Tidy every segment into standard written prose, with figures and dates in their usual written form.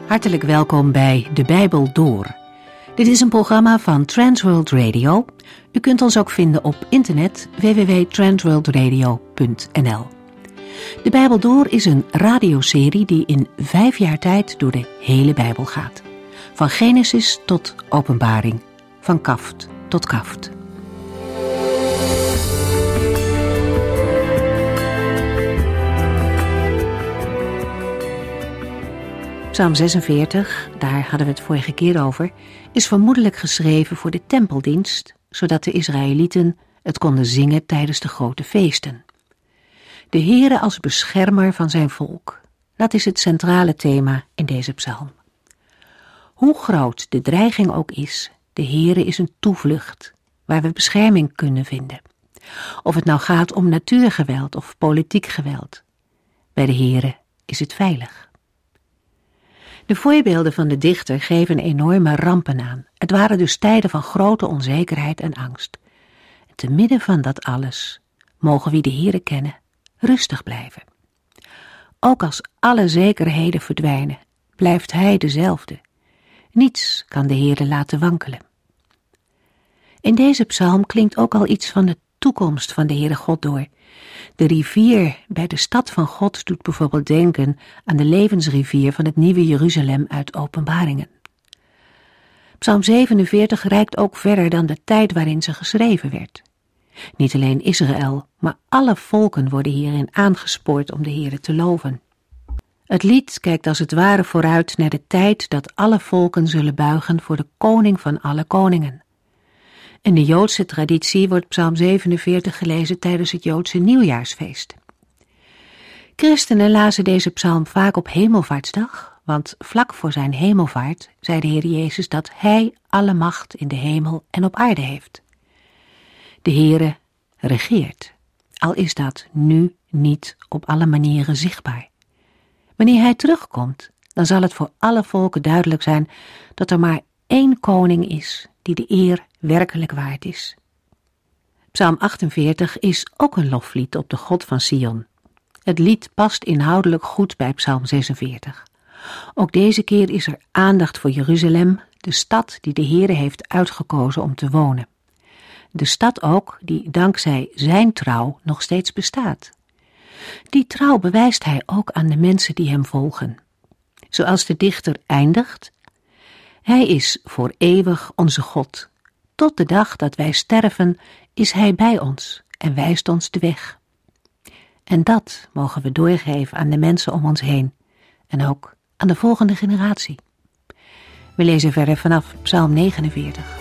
Hartelijk welkom bij De Bijbel Door. Dit is een programma van Transworld Radio. U kunt ons ook vinden op internet www.transworldradio.nl. De Bijbel Door is een radioserie die in 5 jaar tijd door de hele Bijbel gaat. Van Genesis tot Openbaring, van kaft tot kaft. Psalm 46, daar hadden we het vorige keer over, is vermoedelijk geschreven voor de tempeldienst, zodat de Israëlieten het konden zingen tijdens de grote feesten. De Heere als beschermer van zijn volk, dat is het centrale thema in deze psalm. Hoe groot de dreiging ook is, de Heere is een toevlucht waar we bescherming kunnen vinden. Of het nou gaat om natuurgeweld of politiek geweld, bij de Heere is het veilig. De voorbeelden van de dichter geven enorme rampen aan. Het waren dus tijden van grote onzekerheid en angst. En te midden van dat alles mogen wie de Heere kennen rustig blijven. Ook als alle zekerheden verdwijnen, blijft Hij dezelfde. Niets kan de Heere laten wankelen. In deze psalm klinkt ook al iets van de toekomst van de Heere God door. De rivier bij de stad van God doet bijvoorbeeld denken aan de levensrivier van het nieuwe Jeruzalem uit Openbaringen. Psalm 47 reikt ook verder dan de tijd waarin ze geschreven werd. Niet alleen Israël, maar alle volken worden hierin aangespoord om de Heere te loven. Het lied kijkt als het ware vooruit naar de tijd dat alle volken zullen buigen voor de koning van alle koningen. In de Joodse traditie wordt Psalm 47 gelezen tijdens het Joodse nieuwjaarsfeest. Christenen lazen deze psalm vaak op Hemelvaartsdag, want vlak voor zijn hemelvaart zei de Heer Jezus dat Hij alle macht in de hemel en op aarde heeft. De Heere regeert, al is dat nu niet op alle manieren zichtbaar. Wanneer Hij terugkomt, dan zal het voor alle volken duidelijk zijn dat er maar één koning is die de eer werkelijk waard is. Psalm 48 is ook een loflied op de God van Sion. Het lied past inhoudelijk goed bij Psalm 46. Ook deze keer is er aandacht voor Jeruzalem, de stad die de Heere heeft uitgekozen om te wonen. De stad ook die dankzij zijn trouw nog steeds bestaat. Die trouw bewijst hij ook aan de mensen die hem volgen. Zoals de dichter eindigt: Hij is voor eeuwig onze God. Tot de dag dat wij sterven is Hij bij ons en wijst ons de weg. En dat mogen we doorgeven aan de mensen om ons heen en ook aan de volgende generatie. We lezen verder vanaf Psalm 49.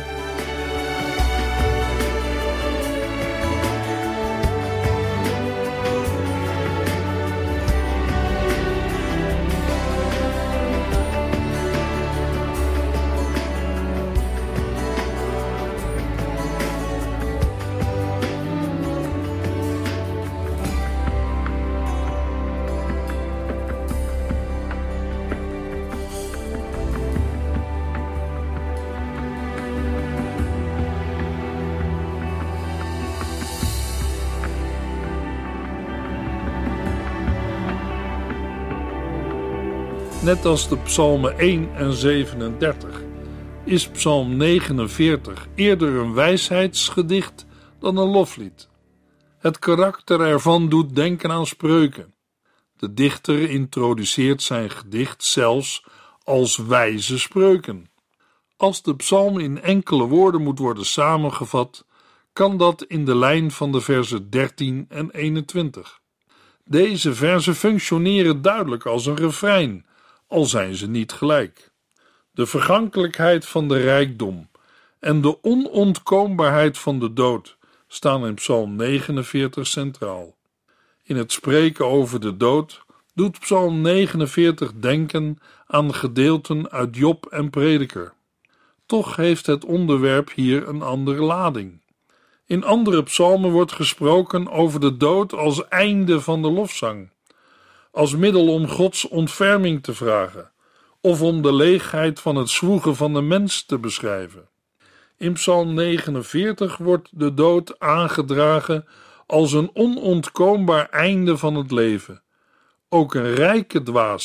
Net als de psalmen 1 en 37 is psalm 49 eerder een wijsheidsgedicht dan een loflied. Het karakter ervan doet denken aan spreuken. De dichter introduceert zijn gedicht zelfs als wijze spreuken. Als de psalm in enkele woorden moet worden samengevat, kan dat in de lijn van de verzen 13 en 21. Deze verzen functioneren duidelijk als een refrein, al zijn ze niet gelijk. De vergankelijkheid van de rijkdom en de onontkoombaarheid van de dood staan in Psalm 49 centraal. In het spreken over de dood doet Psalm 49 denken aan gedeelten uit Job en Prediker. Toch heeft het onderwerp hier een andere lading. In andere psalmen wordt gesproken over de dood als einde van de lofzang, als middel om Gods ontferming te vragen of om de leegheid van het zwoegen van de mens te beschrijven. In Psalm 49 wordt de dood aangedragen als een onontkoombaar einde van het leven. Ook een rijke dwaas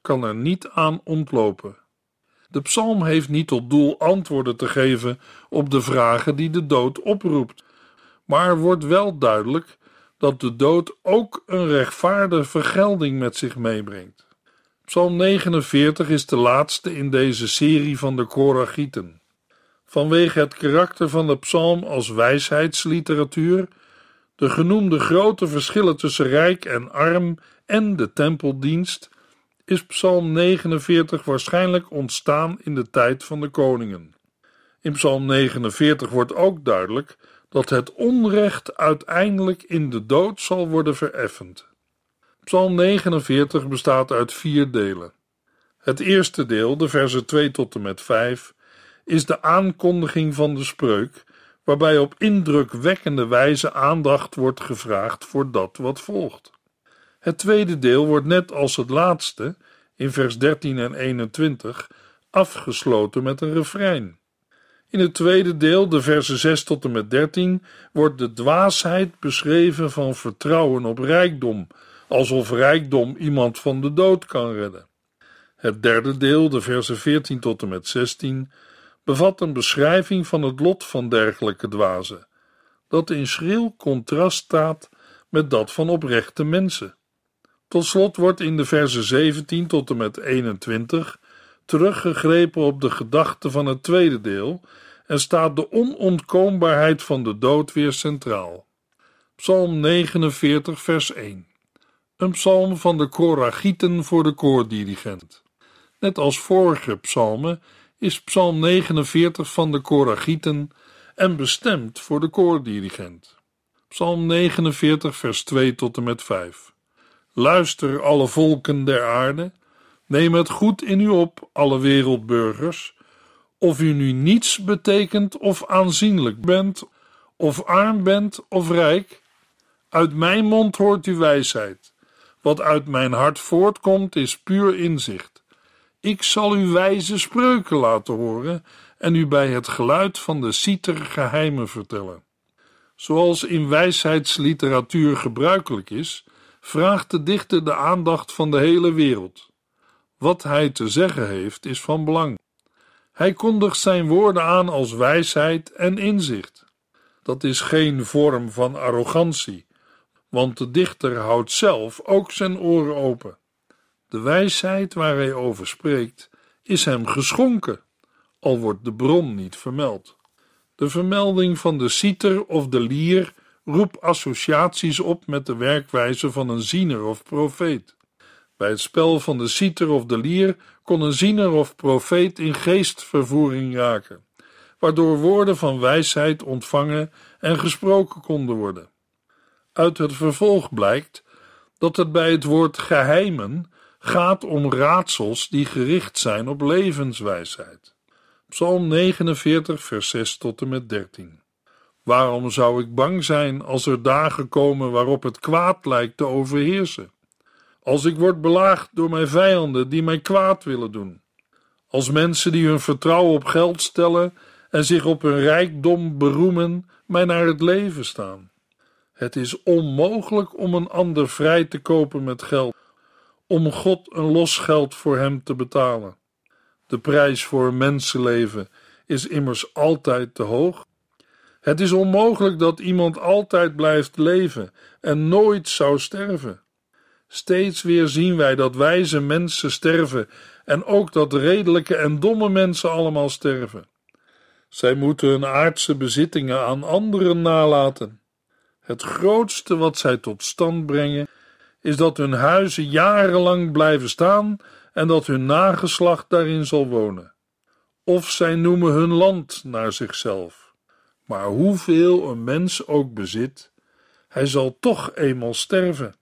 kan er niet aan ontlopen. De psalm heeft niet tot doel antwoorden te geven op de vragen die de dood oproept, maar wordt wel duidelijk dat de dood ook een rechtvaardige vergelding met zich meebrengt. Psalm 49 is de laatste in deze serie van de Korachieten. Vanwege het karakter van de psalm als wijsheidsliteratuur, de genoemde grote verschillen tussen rijk en arm en de tempeldienst, is Psalm 49 waarschijnlijk ontstaan in de tijd van de koningen. In Psalm 49 wordt ook duidelijk dat het onrecht uiteindelijk in de dood zal worden vereffend. Psalm 49 bestaat uit 4 delen. Het eerste deel, de versen 2 tot en met 5, is de aankondiging van de spreuk, waarbij op indrukwekkende wijze aandacht wordt gevraagd voor dat wat volgt. Het tweede deel wordt net als het laatste, in vers 13 en 21, afgesloten met een refrein. In het tweede deel, de versen 6 tot en met 13, wordt de dwaasheid beschreven van vertrouwen op rijkdom, alsof rijkdom iemand van de dood kan redden. Het derde deel, de versen 14 tot en met 16, bevat een beschrijving van het lot van dergelijke dwazen, dat in schril contrast staat met dat van oprechte mensen. Tot slot wordt in de versen 17 tot en met 21 teruggegrepen op de gedachte van het tweede deel en staat de onontkoombaarheid van de dood weer centraal. Psalm 49 vers 1. Een psalm van de Korachieten voor de koordirigent. Net als vorige psalmen is psalm 49 van de Korachieten en bestemd voor de koordirigent. Psalm 49 vers 2 tot en met 5. Luister, alle volken der aarde, neem het goed in u op, alle wereldburgers, of u nu niets betekent of aanzienlijk bent, of arm bent of rijk. Uit mijn mond hoort u wijsheid. Wat uit mijn hart voortkomt is puur inzicht. Ik zal u wijze spreuken laten horen en u bij het geluid van de citer geheimen vertellen. Zoals in wijsheidsliteratuur gebruikelijk is, vraagt de dichter de aandacht van de hele wereld. Wat hij te zeggen heeft is van belang. Hij kondigt zijn woorden aan als wijsheid en inzicht. Dat is geen vorm van arrogantie, want de dichter houdt zelf ook zijn oren open. De wijsheid waar hij over spreekt is hem geschonken, al wordt de bron niet vermeld. De vermelding van de citer of de lier roept associaties op met de werkwijze van een ziener of profeet. Bij het spel van de citer of de lier kon een ziener of profeet in geestvervoering raken, waardoor woorden van wijsheid ontvangen en gesproken konden worden. Uit het vervolg blijkt dat het bij het woord geheimen gaat om raadsels die gericht zijn op levenswijsheid. Psalm 49 vers 6 tot en met 13. Waarom zou ik bang zijn als er dagen komen waarop het kwaad lijkt te overheersen? Als ik word belaagd door mijn vijanden die mij kwaad willen doen. Als mensen die hun vertrouwen op geld stellen en zich op hun rijkdom beroemen, mij naar het leven staan. Het is onmogelijk om een ander vrij te kopen met geld, om God een losgeld voor hem te betalen. De prijs voor een mensenleven is immers altijd te hoog. Het is onmogelijk dat iemand altijd blijft leven en nooit zou sterven. Steeds weer zien wij dat wijze mensen sterven en ook dat redelijke en domme mensen allemaal sterven. Zij moeten hun aardse bezittingen aan anderen nalaten. Het grootste wat zij tot stand brengen is dat hun huizen jarenlang blijven staan en dat hun nageslacht daarin zal wonen. Of zij noemen hun land naar zichzelf. Maar hoeveel een mens ook bezit, hij zal toch eenmaal sterven.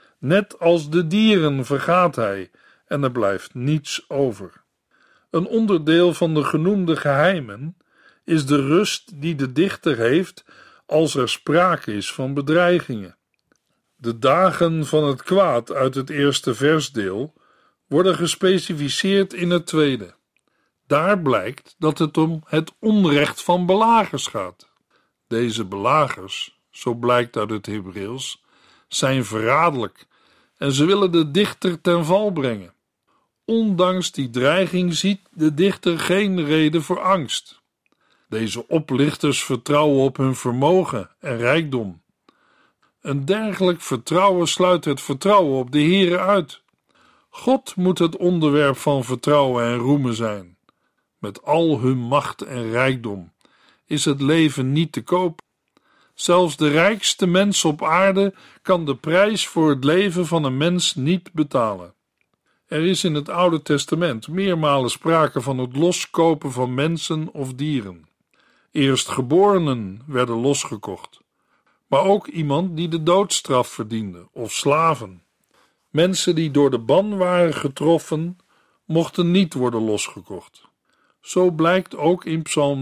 Net als de dieren vergaat hij en er blijft niets over. Een onderdeel van de genoemde geheimen is de rust die de dichter heeft als er sprake is van bedreigingen. De dagen van het kwaad uit het eerste versdeel worden gespecificeerd in het tweede. Daar blijkt dat het om het onrecht van belagers gaat. Deze belagers, zo blijkt uit het Hebreeuws, zijn verraderlijk en ze willen de dichter ten val brengen. ondanks die dreiging ziet de dichter geen reden voor angst. Deze oplichters vertrouwen op hun vermogen en rijkdom. Een dergelijk vertrouwen sluit het vertrouwen op de Heere uit. God moet het onderwerp van vertrouwen en roemen zijn. Met al hun macht en rijkdom is het leven niet te koop. Zelfs de rijkste mens op aarde kan de prijs voor het leven van een mens niet betalen. Er is in het Oude Testament meermalen sprake van het loskopen van mensen of dieren. Eerstgeborenen werden losgekocht, maar ook iemand die de doodstraf verdiende of slaven. Mensen die door de ban waren getroffen, mochten niet worden losgekocht. Zo blijkt ook in Psalm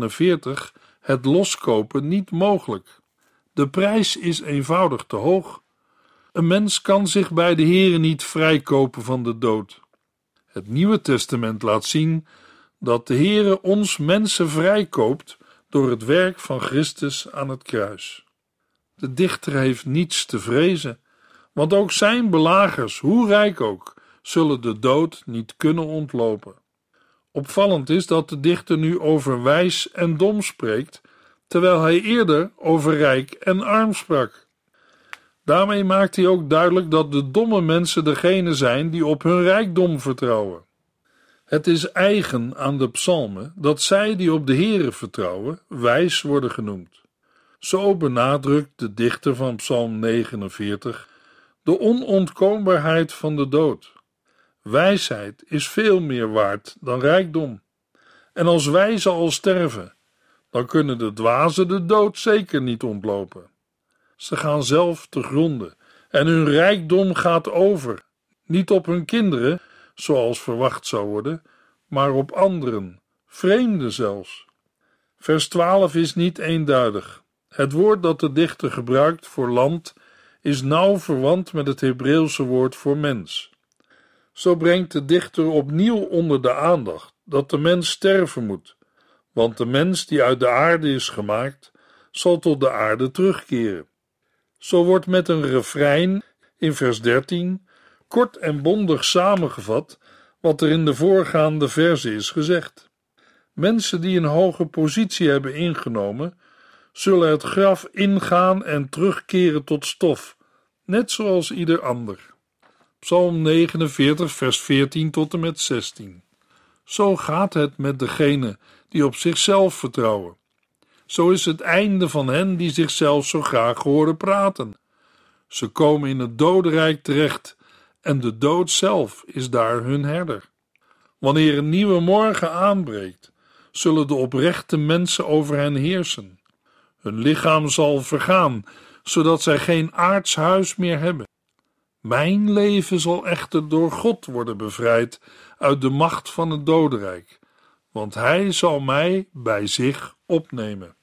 49 het loskopen niet mogelijk. De prijs is eenvoudig te hoog. Een mens kan zich bij de Heere niet vrijkopen van de dood. Het Nieuwe Testament laat zien dat de Heere ons mensen vrijkoopt door het werk van Christus aan het kruis. De dichter heeft niets te vrezen, want ook zijn belagers, hoe rijk ook, zullen de dood niet kunnen ontlopen. Opvallend is dat de dichter nu over wijs en dom spreekt, terwijl hij eerder over rijk en arm sprak. Daarmee maakt hij ook duidelijk dat de domme mensen degene zijn die op hun rijkdom vertrouwen. Het is eigen aan de psalmen dat zij die op de Heere vertrouwen, wijs worden genoemd. Zo benadrukt de dichter van Psalm 49 de onontkoombaarheid van de dood. Wijsheid is veel meer waard dan rijkdom. En als wijzen al sterven, dan kunnen de dwazen de dood zeker niet ontlopen. Ze gaan zelf te gronde en hun rijkdom gaat over, niet op hun kinderen, zoals verwacht zou worden, maar op anderen, vreemden zelfs. Vers 12 is niet eenduidig. Het woord dat de dichter gebruikt voor land is nauw verwant met het Hebreeuwse woord voor mens. Zo brengt de dichter opnieuw onder de aandacht dat de mens sterven moet, want de mens die uit de aarde is gemaakt, zal tot de aarde terugkeren. Zo wordt met een refrein in vers 13 kort en bondig samengevat wat er in de voorgaande verse is gezegd. Mensen die een hoge positie hebben ingenomen, zullen het graf ingaan en terugkeren tot stof, net zoals ieder ander. Psalm 49, vers 14 tot en met 16. Zo gaat het met degenen die op zichzelf vertrouwen. Zo is het einde van hen die zichzelf zo graag horen praten. Ze komen in het dodenrijk terecht en de dood zelf is daar hun herder. Wanneer een nieuwe morgen aanbreekt, zullen de oprechte mensen over hen heersen. Hun lichaam zal vergaan, zodat zij geen aards huis meer hebben. Mijn leven zal echter door God worden bevrijd uit de macht van het dodenrijk, want hij zal mij bij zich opnemen.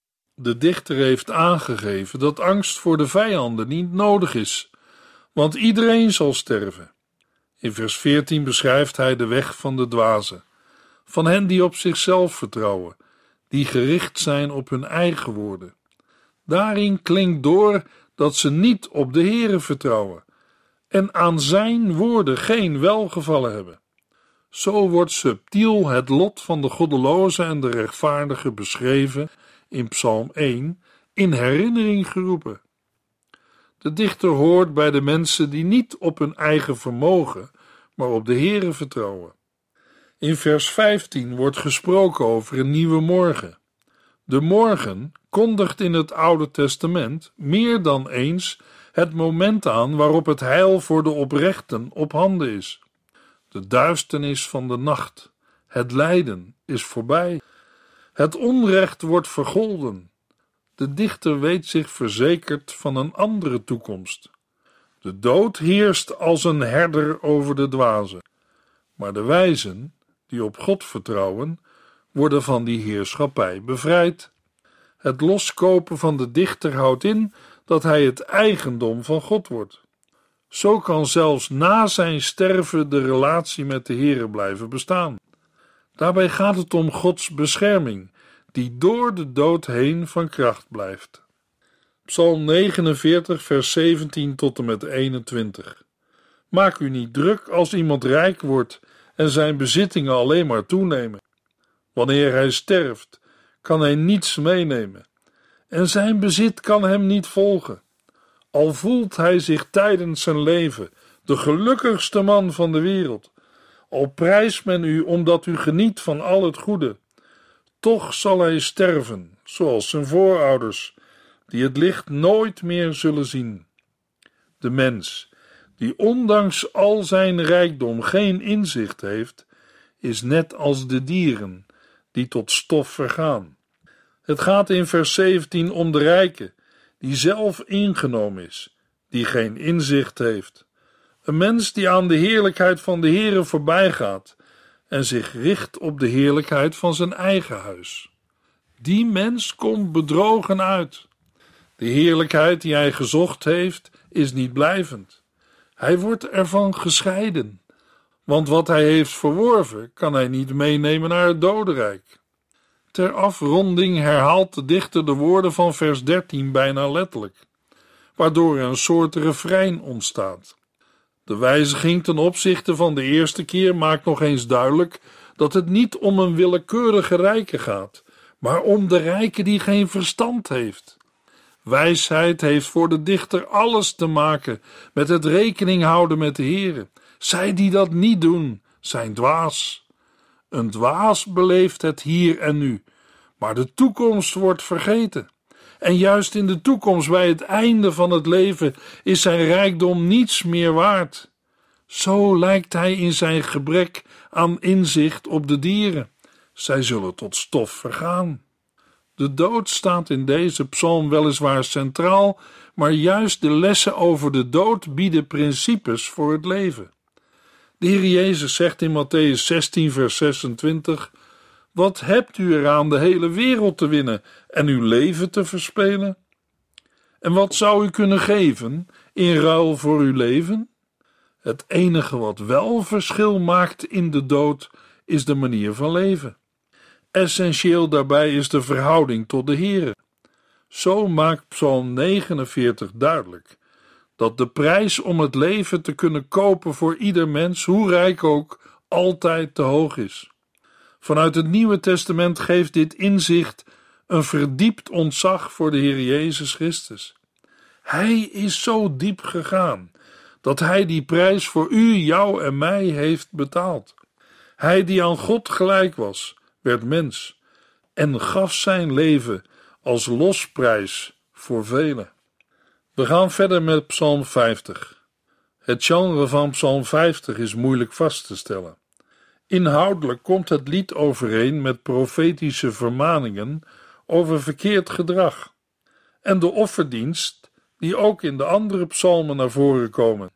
De dichter heeft aangegeven dat angst voor de vijanden niet nodig is, want iedereen zal sterven. In vers 14 beschrijft hij de weg van de dwazen, van hen die op zichzelf vertrouwen, die gericht zijn op hun eigen woorden. Daarin klinkt door dat ze niet op de Heere vertrouwen en aan zijn woorden geen welgevallen hebben. Zo wordt subtiel het lot van de goddeloze en de rechtvaardige beschreven in Psalm 1 in herinnering geroepen. De dichter hoort bij de mensen die niet op hun eigen vermogen, maar op de Heere vertrouwen. In vers 15 wordt gesproken over een nieuwe morgen. De morgen kondigt in het Oude Testament meer dan eens het moment aan waarop het heil voor de oprechten op handen is. De duisternis van de nacht, het lijden, is voorbij. Het onrecht wordt vergolden. De dichter weet zich verzekerd van een andere toekomst. De dood heerst als een herder over de dwazen, maar de wijzen, die op God vertrouwen, worden van die heerschappij bevrijd. Het loskopen van de dichter houdt in dat hij het eigendom van God wordt. Zo kan zelfs na zijn sterven de relatie met de Heere blijven bestaan. Daarbij gaat het om Gods bescherming, die door de dood heen van kracht blijft. Psalm 49, vers 17 tot en met 21. Maak u niet druk als iemand rijk wordt en zijn bezittingen alleen maar toenemen. Wanneer hij sterft, kan hij niets meenemen en zijn bezit kan hem niet volgen. Al voelt hij zich tijdens zijn leven de gelukkigste man van de wereld, al prijst men u omdat u geniet van al het goede, toch zal hij sterven, zoals zijn voorouders, die het licht nooit meer zullen zien. De mens, die ondanks al zijn rijkdom geen inzicht heeft, is net als de dieren, die tot stof vergaan. Het gaat in vers 17 om de rijke, die zelf ingenomen is, die geen inzicht heeft. Een mens die aan de heerlijkheid van de Heere voorbij gaat en zich richt op de heerlijkheid van zijn eigen huis. Die mens komt bedrogen uit. De heerlijkheid die hij gezocht heeft, is niet blijvend. Hij wordt ervan gescheiden, want wat hij heeft verworven, kan hij niet meenemen naar het dodenrijk. Ter afronding herhaalt de dichter de woorden van vers 13 bijna letterlijk, waardoor er een soort refrein ontstaat. De wijziging ten opzichte van de eerste keer maakt nog eens duidelijk dat het niet om een willekeurige rijke gaat, maar om de rijke die geen verstand heeft. Wijsheid heeft voor de dichter alles te maken met het rekening houden met de Heere. Zij die dat niet doen, zijn dwaas. Een dwaas beleeft het hier en nu, maar de toekomst wordt vergeten. En juist in de toekomst, bij het einde van het leven, is zijn rijkdom niets meer waard. Zo lijkt hij in zijn gebrek aan inzicht op de dieren. Zij zullen tot stof vergaan. De dood staat in deze psalm weliswaar centraal, maar juist de lessen over de dood bieden principes voor het leven. De Heer Jezus zegt in Mattheüs 16 vers 26: Wat hebt u eraan de hele wereld te winnen en uw leven te verspelen? En wat zou u kunnen geven in ruil voor uw leven? Het enige wat wel verschil maakt in de dood is de manier van leven. Essentieel daarbij is de verhouding tot de Heere. Zo maakt Psalm 49 duidelijk dat de prijs om het leven te kunnen kopen voor ieder mens, hoe rijk ook, altijd te hoog is. Vanuit het Nieuwe Testament geeft dit inzicht een verdiept ontzag voor de Heer Jezus Christus. Hij is zo diep gegaan dat hij die prijs voor u, jou en mij heeft betaald. Hij die aan God gelijk was, werd mens en gaf zijn leven als losprijs voor velen. We gaan verder met Psalm 50. Het genre van Psalm 50 is moeilijk vast te stellen. Inhoudelijk komt het lied overeen met profetische vermaningen over verkeerd gedrag en de offerdienst die ook in de andere psalmen naar voren komen.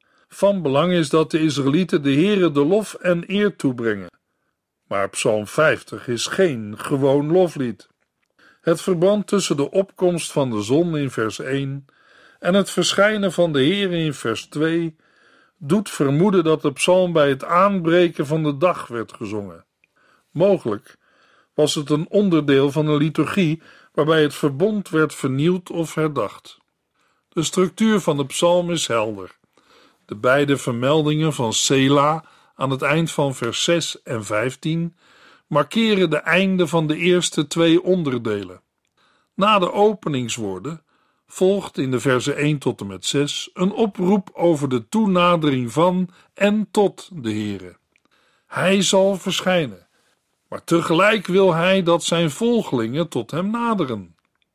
Van belang is dat de Israëlieten de Heere de lof en eer toebrengen. Maar Psalm 50 is geen gewoon loflied. Het verband tussen de opkomst van de zon in vers 1 en het verschijnen van de Heere in vers 2 doet vermoeden dat de psalm bij het aanbreken van de dag werd gezongen. Mogelijk was het een onderdeel van een liturgie waarbij het verbond werd vernieuwd of herdacht. De structuur van de psalm is helder. De beide vermeldingen van Sela aan het eind van vers 6 en 15 markeren de einde van de eerste twee onderdelen. Na de openingswoorden volgt in de versen 1 tot en met 6 een oproep over de toenadering van en tot de Heere. Hij zal verschijnen, maar tegelijk wil hij dat zijn volgelingen tot hem naderen.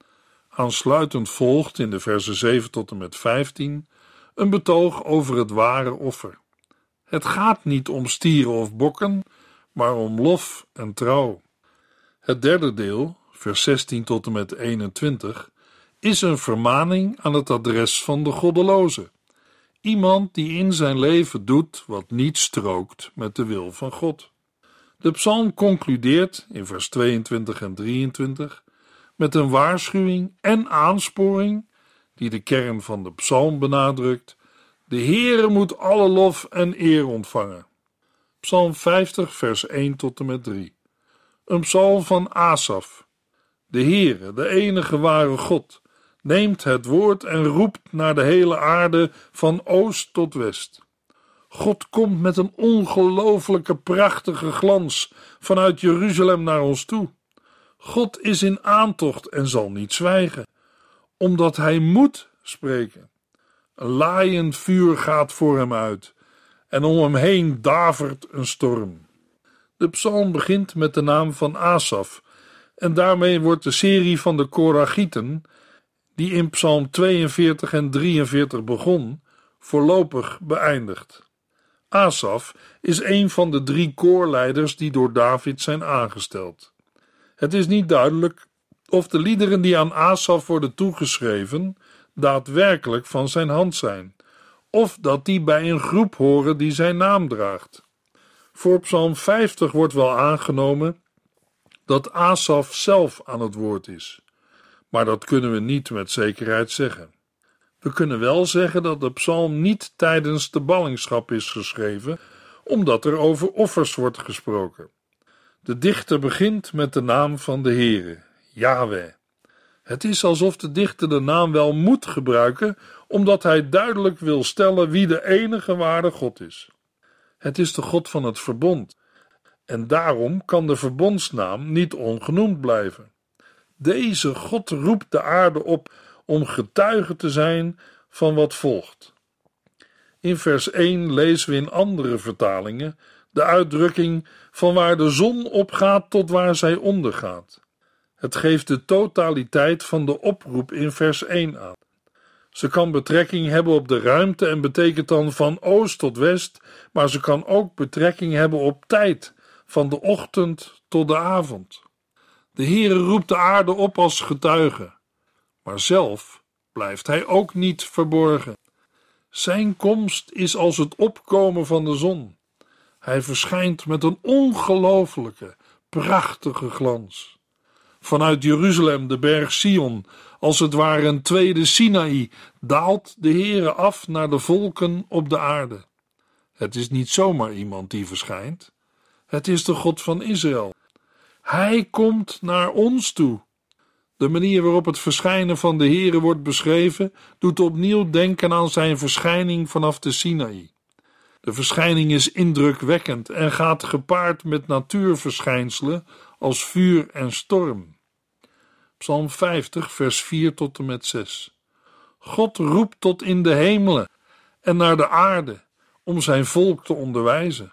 Aansluitend volgt in de versen 7 tot en met 15 een betoog over het ware offer. Het gaat niet om stieren of bokken, maar om lof en trouw. Het derde deel, vers 16 tot en met 21, is een vermaning aan het adres van de goddeloze. Iemand die in zijn leven doet wat niet strookt met de wil van God. De psalm concludeert in vers 22 en 23 met een waarschuwing en aansporing die de kern van de psalm benadrukt: de Heere moet alle lof en eer ontvangen. Psalm 50 vers 1 tot en met 3. Een psalm van Asaf. De Heere, de enige ware God, neemt het woord en roept naar de hele aarde van oost tot west. God komt met een ongelooflijke prachtige glans vanuit Jeruzalem naar ons toe. God is in aantocht en zal niet zwijgen, omdat hij moet spreken. Een laaiend vuur gaat voor hem uit en om hem heen davert een storm. De psalm begint met de naam van Asaf en daarmee wordt de serie van de Korachieten, die in psalm 42 en 43 begon, voorlopig beëindigd. Asaf is een van de 3 koorleiders die door David zijn aangesteld. Het is niet duidelijk of de liederen die aan Asaf worden toegeschreven daadwerkelijk van zijn hand zijn, of dat die bij een groep horen die zijn naam draagt. Voor psalm 50 wordt wel aangenomen dat Asaf zelf aan het woord is, maar dat kunnen we niet met zekerheid zeggen. We kunnen wel zeggen dat de psalm niet tijdens de ballingschap is geschreven, omdat er over offers wordt gesproken. De dichter begint met de naam van de Heere, Yahweh. Het is alsof de dichter de naam wel moet gebruiken, omdat hij duidelijk wil stellen wie de enige ware God is. Het is de God van het verbond, en daarom kan de verbondsnaam niet ongenoemd blijven. Deze God roept de aarde op om getuige te zijn van wat volgt. In vers 1 lezen we in andere vertalingen de uitdrukking van waar de zon opgaat tot waar zij ondergaat. Het geeft de totaliteit van de oproep in vers 1 aan. Ze kan betrekking hebben op de ruimte en betekent dan van oost tot west, maar ze kan ook betrekking hebben op tijd, van de ochtend tot de avond. De Heere roept de aarde op als getuige, maar zelf blijft hij ook niet verborgen. Zijn komst is als het opkomen van de zon. Hij verschijnt met een ongelooflijke, prachtige glans. Vanuit Jeruzalem, de berg Sion, als het ware een tweede Sinaï, daalt de Heere af naar de volken op de aarde. Het is niet zomaar iemand die verschijnt. Het is de God van Israël. Hij komt naar ons toe. De manier waarop het verschijnen van de Heere wordt beschreven, doet opnieuw denken aan zijn verschijning vanaf de Sinaï. De verschijning is indrukwekkend en gaat gepaard met natuurverschijnselen als vuur en storm. Psalm 50, vers 4 tot en met 6. God roept tot in de hemelen en naar de aarde om zijn volk te onderwijzen.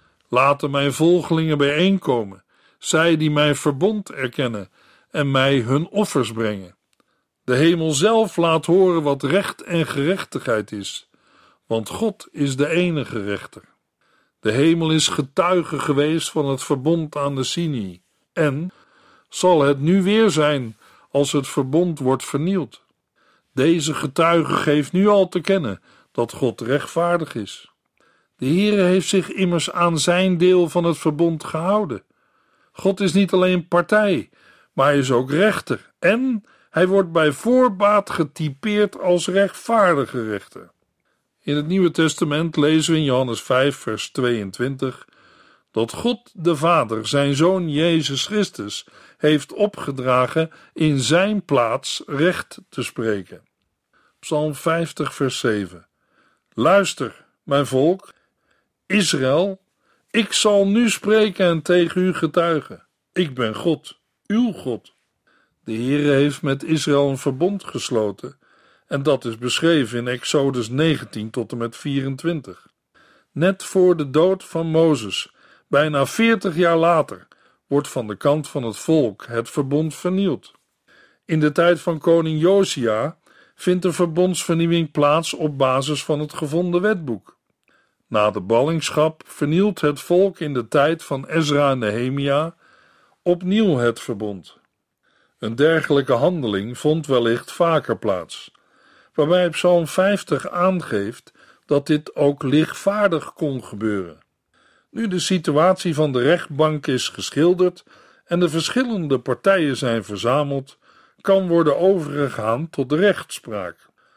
Laten mijn volgelingen bijeenkomen, zij die mijn verbond erkennen en mij hun offers brengen. De hemel zelf laat horen wat recht en gerechtigheid is, want God is de enige rechter. De hemel is getuige geweest van het verbond aan de Sinaï en zal het nu weer zijn als het verbond wordt vernield. Deze getuige geeft nu al te kennen dat God rechtvaardig is. De Heere heeft zich immers aan zijn deel van het verbond gehouden. God is niet alleen partij, maar hij is ook rechter en hij wordt bij voorbaat getypeerd als rechtvaardige rechter. In het Nieuwe Testament lezen we in Johannes 5 vers 22 dat God de Vader zijn Zoon Jezus Christus heeft opgedragen in zijn plaats recht te spreken. Psalm 50 vers 7. Luister, mijn volk, Israël, ik zal nu spreken en tegen u getuigen. Ik ben God, uw God. De Heere heeft met Israël een verbond gesloten en dat is beschreven in Exodus 19 tot en met 24. Net voor de dood van Mozes, bijna 40 jaar later, wordt van de kant van het volk het verbond vernield. In de tijd van koning Josia vindt de verbondsvernieuwing plaats op basis van het gevonden wetboek. Na de ballingschap vernielt het volk in de tijd van Ezra en Nehemia opnieuw het verbond. Een dergelijke handeling vond wellicht vaker plaats, waarbij Psalm 50 aangeeft dat dit ook lichtvaardig kon gebeuren. Nu de situatie van de rechtbank is geschilderd en de verschillende partijen zijn verzameld, kan worden overgegaan tot de rechtspraak.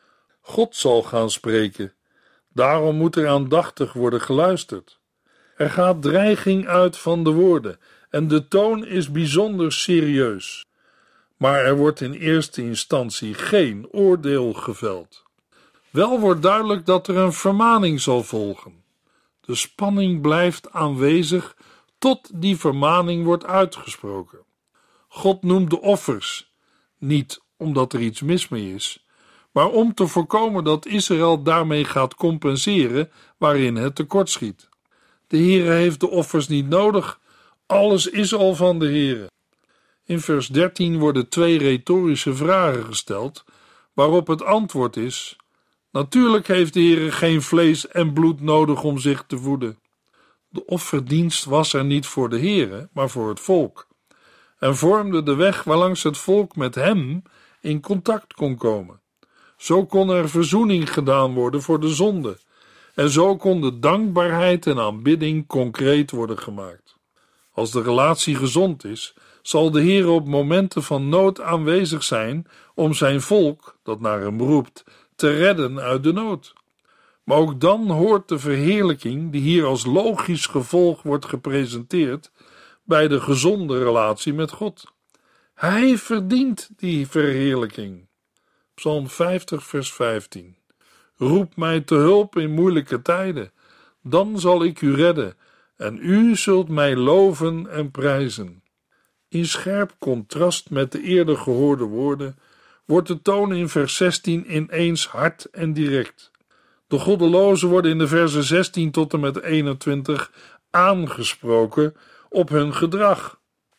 God zal gaan spreken, daarom moet er aandachtig worden geluisterd. Er gaat dreiging uit van de woorden en de toon is bijzonder serieus. Maar er wordt in eerste instantie geen oordeel geveld. Wel wordt duidelijk dat er een vermaning zal volgen. De spanning blijft aanwezig tot die vermaning wordt uitgesproken. God noemt de offers, niet omdat er iets mis mee is, maar om te voorkomen dat Israël daarmee gaat compenseren waarin het tekortschiet. De Heere heeft de offers niet nodig, alles is al van de Heere. In vers 13 worden 2 retorische vragen gesteld, waarop het antwoord is: natuurlijk heeft de Heere geen vlees en bloed nodig om zich te voeden. De offerdienst was er niet voor de Heere, maar voor het volk, en vormde de weg waarlangs het volk met hem in contact kon komen. Zo kon er verzoening gedaan worden voor de zonde, en zo kon de dankbaarheid en aanbidding concreet worden gemaakt. Als de relatie gezond is, zal de Heer op momenten van nood aanwezig zijn om zijn volk, dat naar hem roept, te redden uit de nood. Maar ook dan hoort de verheerlijking, die hier als logisch gevolg wordt gepresenteerd, bij de gezonde relatie met God. Hij verdient die verheerlijking. Psalm 50 vers 15. Roep mij te hulp in moeilijke tijden, dan zal ik u redden en u zult mij loven en prijzen. In scherp contrast met de eerder gehoorde woorden wordt de toon in vers 16 ineens hard en direct. De goddelozen worden in de versen 16 tot en met 21 aangesproken op hun gedrag.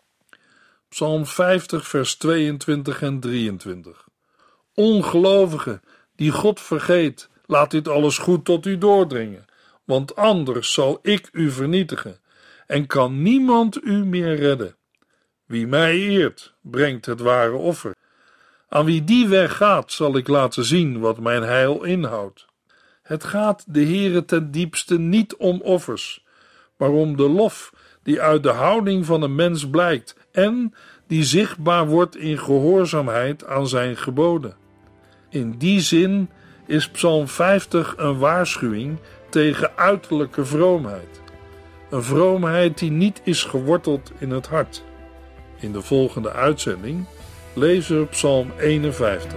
Psalm 50 vers 22 en 23. Ongelovigen die God vergeet, laat dit alles goed tot u doordringen, want anders zal ik u vernietigen en kan niemand u meer redden. Wie mij eert, brengt het ware offer. Aan wie die weg gaat, zal ik laten zien wat mijn heil inhoudt. Het gaat de Heere ten diepste niet om offers, maar om de lof die uit de houding van een mens blijkt en die zichtbaar wordt in gehoorzaamheid aan zijn geboden. In die zin is Psalm 50 een waarschuwing tegen uiterlijke vroomheid. Een vroomheid die niet is geworteld in het hart. In de volgende uitzending lezen we Psalm 51.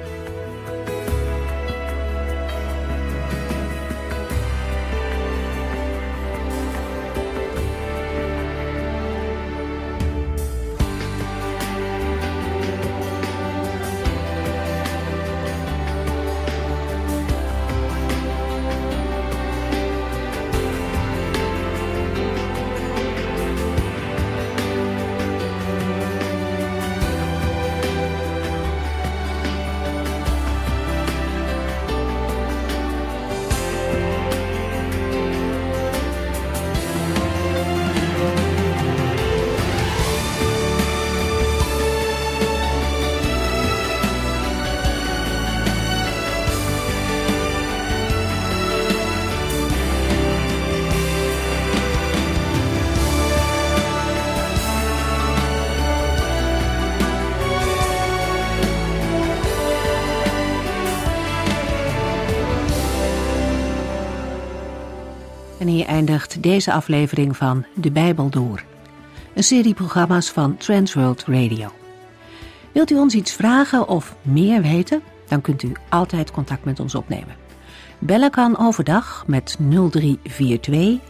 En hier eindigt deze aflevering van De Bijbel Door. Een serie programma's van Transworld Radio. Wilt u ons iets vragen of meer weten? Dan kunt u altijd contact met ons opnemen. Bellen kan overdag met 0342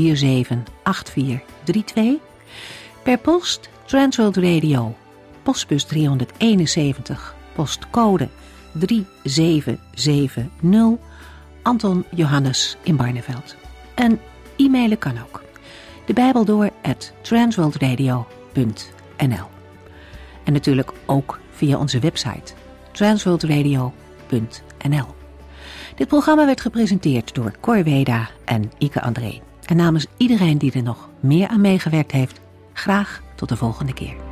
478432. Per post Transworld Radio. Postbus 371. Postcode 3770. Anton Johannes in Barneveld. En e-mailen kan ook. De Bijbel door @transworldradio.nl. En natuurlijk ook via onze website transworldradio.nl. Dit programma werd gepresenteerd door Cor Weda en Ike André. En namens iedereen die er nog meer aan meegewerkt heeft, graag tot de volgende keer.